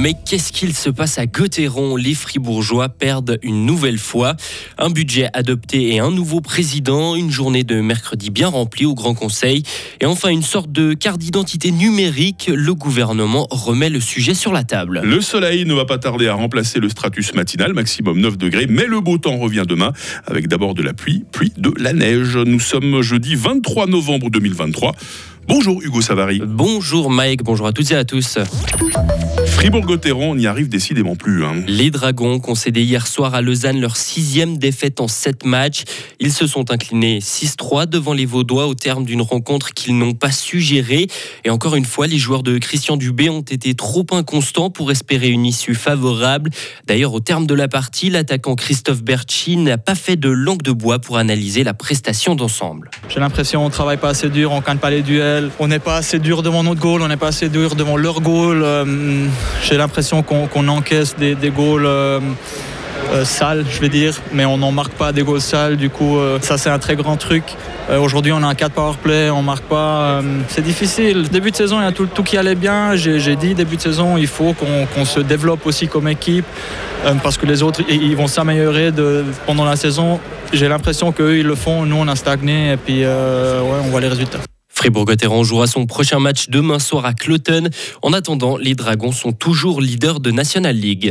Mais qu'est-ce qu'il se passe à Götteron ? Les Fribourgeois perdent une nouvelle fois. Un budget adopté et un nouveau président. Une journée de mercredi bien remplie au Grand Conseil. Et enfin, une sorte de carte d'identité numérique. Le gouvernement remet le sujet sur la table. Le soleil ne va pas tarder à remplacer le stratus matinal, maximum 9 degrés. Mais le beau temps revient demain, avec d'abord de la pluie, puis de la neige. Nous sommes jeudi 23 novembre 2023. Bonjour Hugo Savary. Bonjour Mike, bonjour à toutes et à tous. Fribourg-Gotteron n'y arrive décidément plus. Les Dragons concédaient hier soir à Lausanne leur 6e défaite en 7 matchs. Ils se sont inclinés 6-3 devant les Vaudois au terme d'une rencontre qu'ils n'ont pas su gérer. Et encore une fois, les joueurs de Christian Dubé ont été trop inconstants pour espérer une issue favorable. D'ailleurs, au terme de la partie, l'attaquant Christophe Berchi n'a pas fait de langue de bois pour analyser la prestation d'ensemble. J'ai l'impression qu'on ne travaille pas assez dur, on ne gagne pas les duels, on n'est pas assez dur devant notre goal, on n'est pas assez dur devant leur goal. J'ai l'impression qu'on encaisse des goals sales, je vais dire, mais on n'en marque pas des goals sales. Du coup, ça c'est un très grand truc. Aujourd'hui, on a un 4 powerplay, on ne marque pas. C'est difficile. Début de saison, il y a tout qui allait bien. J'ai dit début de saison, il faut qu'on se développe aussi comme équipe parce que les autres, ils vont s'améliorer pendant la saison. J'ai l'impression qu'eux, ils le font. Nous, on a stagné et puis on voit les résultats. Fribourg-Gotteron jouera son prochain match demain soir à Cloton. En attendant, les Dragons sont toujours leaders de National League.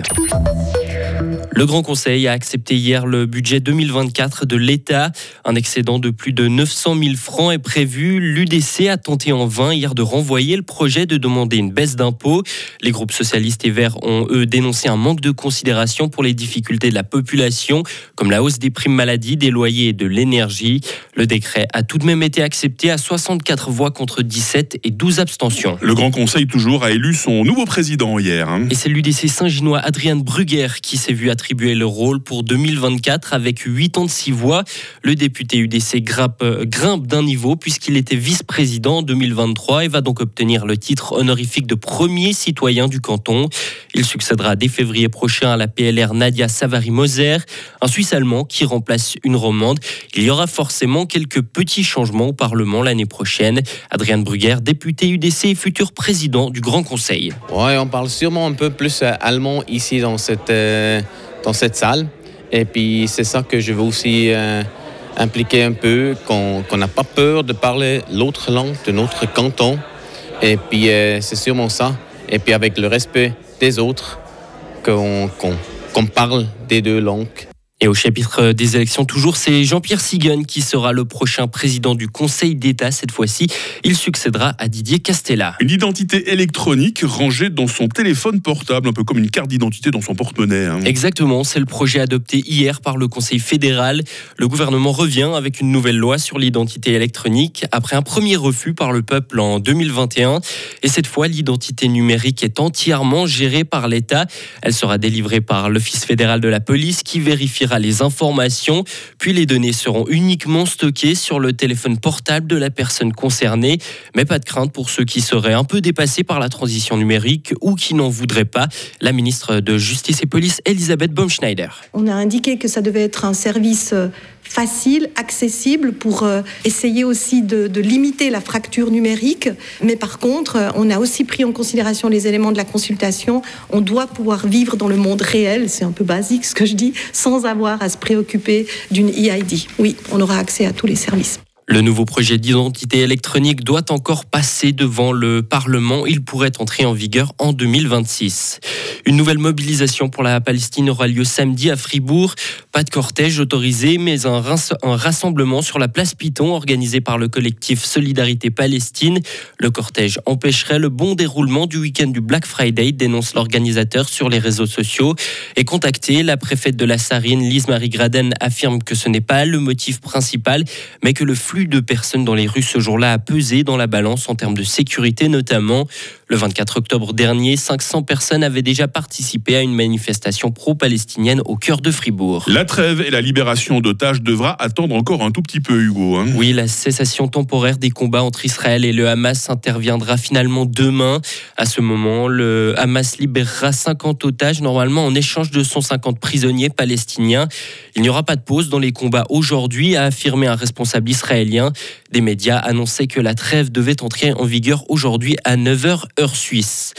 Le Grand Conseil a accepté hier le budget 2024 de l'État. Un excédent de plus de 900 000 francs est prévu. L'UDC a tenté en vain hier de renvoyer le projet de demander une baisse d'impôts. Les groupes socialistes et verts ont, eux, dénoncé un manque de considération pour les difficultés de la population, comme la hausse des primes maladie, des loyers et de l'énergie. Le décret a tout de même été accepté à 64 voix contre 17 et 12 abstentions. Le Grand Conseil, toujours, a élu son nouveau président hier. Et c'est l'UDC Saint-Ginois Adrian Brugger qui s'est vu attribuer le rôle pour 2024 avec 86 voix. Le député UDC grimpe d'un niveau puisqu'il était vice-président en 2023 et va donc obtenir le titre honorifique de premier citoyen du canton. Il succédera dès février prochain à la PLR Nadia Savary-Moser, un Suisse-allemand qui remplace une Romande. Il y aura forcément quelques petits changements au Parlement l'année prochaine. Adrian Brugger, député UDC et futur président du Grand Conseil. Ouais, on parle sûrement un peu plus allemand ici dans cette salle. Et puis c'est ça que je veux aussi impliquer un peu, qu'on n'a pas peur de parler l'autre langue de notre canton. Et puis c'est sûrement ça. Et puis avec le respect des autres, qu'on parle des deux langues. Et au chapitre des élections, toujours, c'est Jean-Pierre Siguen qui sera le prochain président du Conseil d'État. Cette fois-ci, il succédera à Didier Castella. Une identité électronique rangée dans son téléphone portable, un peu comme une carte d'identité dans son porte-monnaie. Exactement, c'est le projet adopté hier par le Conseil fédéral. Le gouvernement revient avec une nouvelle loi sur l'identité électronique après un premier refus par le peuple en 2021. Et cette fois, l'identité numérique est entièrement gérée par l'État. Elle sera délivrée par l'Office fédéral de la police qui vérifiera les informations, puis les données seront uniquement stockées sur le téléphone portable de la personne concernée. Mais pas de crainte pour ceux qui seraient un peu dépassés par la transition numérique ou qui n'en voudraient pas. La ministre de Justice et Police, Elisabeth Baumschneider. On a indiqué que ça devait être un service facile, accessible pour essayer aussi de limiter la fracture numérique. Mais par contre, on a aussi pris en considération les éléments de la consultation. On doit pouvoir vivre dans le monde réel, c'est un peu basique ce que je dis, sans avoir à se préoccuper d'une EID. Oui, on aura accès à tous les services. Le nouveau projet d'identité électronique doit encore passer devant le Parlement. Il pourrait entrer en vigueur en 2026. Une nouvelle mobilisation pour la Palestine aura lieu samedi à Fribourg. Pas de cortège autorisé, mais un rassemblement sur la place Piton organisé par le collectif Solidarité Palestine. Le cortège empêcherait le bon déroulement du week-end du Black Friday, dénonce l'organisateur sur les réseaux sociaux. Et contactée, la préfète de la Sarine, Lise-Marie Graden, affirme que ce n'est pas le motif principal, mais que le flux de personnes dans les rues ce jour-là a pesé dans la balance en termes de sécurité notamment. Le 24 octobre dernier, 500 personnes avaient déjà participé à une manifestation pro-palestinienne au cœur de Fribourg. La trêve et la libération d'otages devra attendre encore un tout petit peu, Hugo. Oui, la cessation temporaire des combats entre Israël et le Hamas interviendra finalement demain. À ce moment, le Hamas libérera 50 otages, normalement en échange de 150 prisonniers palestiniens. Il n'y aura pas de pause dans les combats aujourd'hui, a affirmé un responsable israélien. Des médias annonçaient que la trêve devait entrer en vigueur aujourd'hui à 9h heure suisse.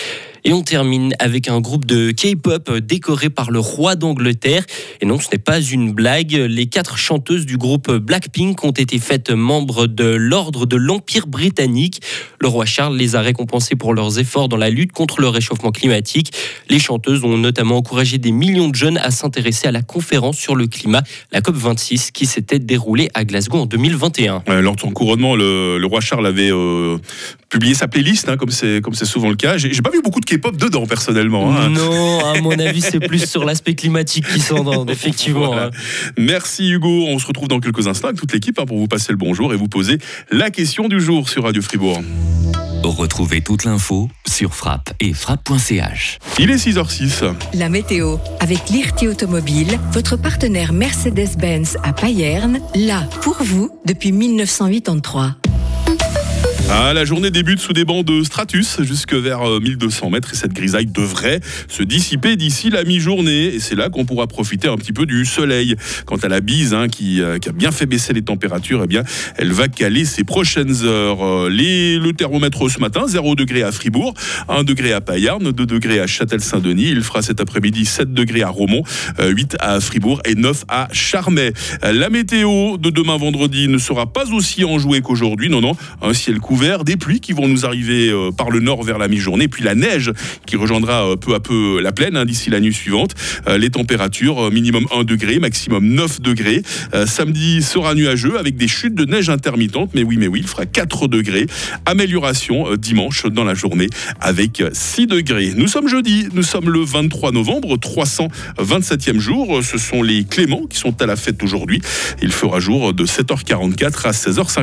Et on termine avec un groupe de K-pop décoré par le roi d'Angleterre. Et non, ce n'est pas une blague. Les 4 chanteuses du groupe Blackpink ont été faites membres de l'ordre de l'Empire britannique. Le roi Charles les a récompensées pour leurs efforts dans la lutte contre le réchauffement climatique. Les chanteuses ont notamment encouragé des millions de jeunes à s'intéresser à la conférence sur le climat, la COP26, qui s'était déroulée à Glasgow en 2021. Lors de son couronnement, le roi Charles avait publié sa playlist, comme c'est souvent le cas. J'ai pas vu beaucoup de K-pop dedans, personnellement. Non, à mon avis, c'est plus sur l'aspect climatique qui s'entend, effectivement. Voilà. Merci Hugo, on se retrouve dans quelques instants avec toute l'équipe pour vous passer le bonjour et vous poser la question du jour sur Radio Fribourg. Retrouvez toute l'info sur Frappe et frappe.ch. Il est 6h06. La météo avec Lirti Automobile, votre partenaire Mercedes-Benz à Payerne, là pour vous depuis 1983. La journée débute sous des bancs de stratus jusque vers 1200 mètres et cette grisaille devrait se dissiper d'ici la mi-journée. Et c'est là qu'on pourra profiter un petit peu du soleil. Quant à la bise qui a bien fait baisser les températures, eh bien, elle va caler ces prochaines heures. Le thermomètre ce matin, 0 degré à Fribourg, 1 degré à Payerne, 2 degrés à Châtel-Saint-Denis. Il fera cet après-midi 7 degrés à Romont, 8 à Fribourg et 9 à Charmey. La météo de demain vendredi ne sera pas aussi enjouée qu'aujourd'hui. Non, un ciel couvert, des pluies qui vont nous arriver par le nord vers la mi-journée, puis la neige qui rejoindra peu à peu la plaine d'ici la nuit suivante. Les températures, minimum 1 degré, maximum 9 degrés. Samedi sera nuageux avec des chutes de neige intermittentes, mais oui, il fera 4 degrés. Amélioration dimanche dans la journée avec 6 degrés. Nous sommes jeudi, nous sommes le 23 novembre, 327e jour. Ce sont les Cléments qui sont à la fête aujourd'hui. Il fera jour de 7h44 à 16h50.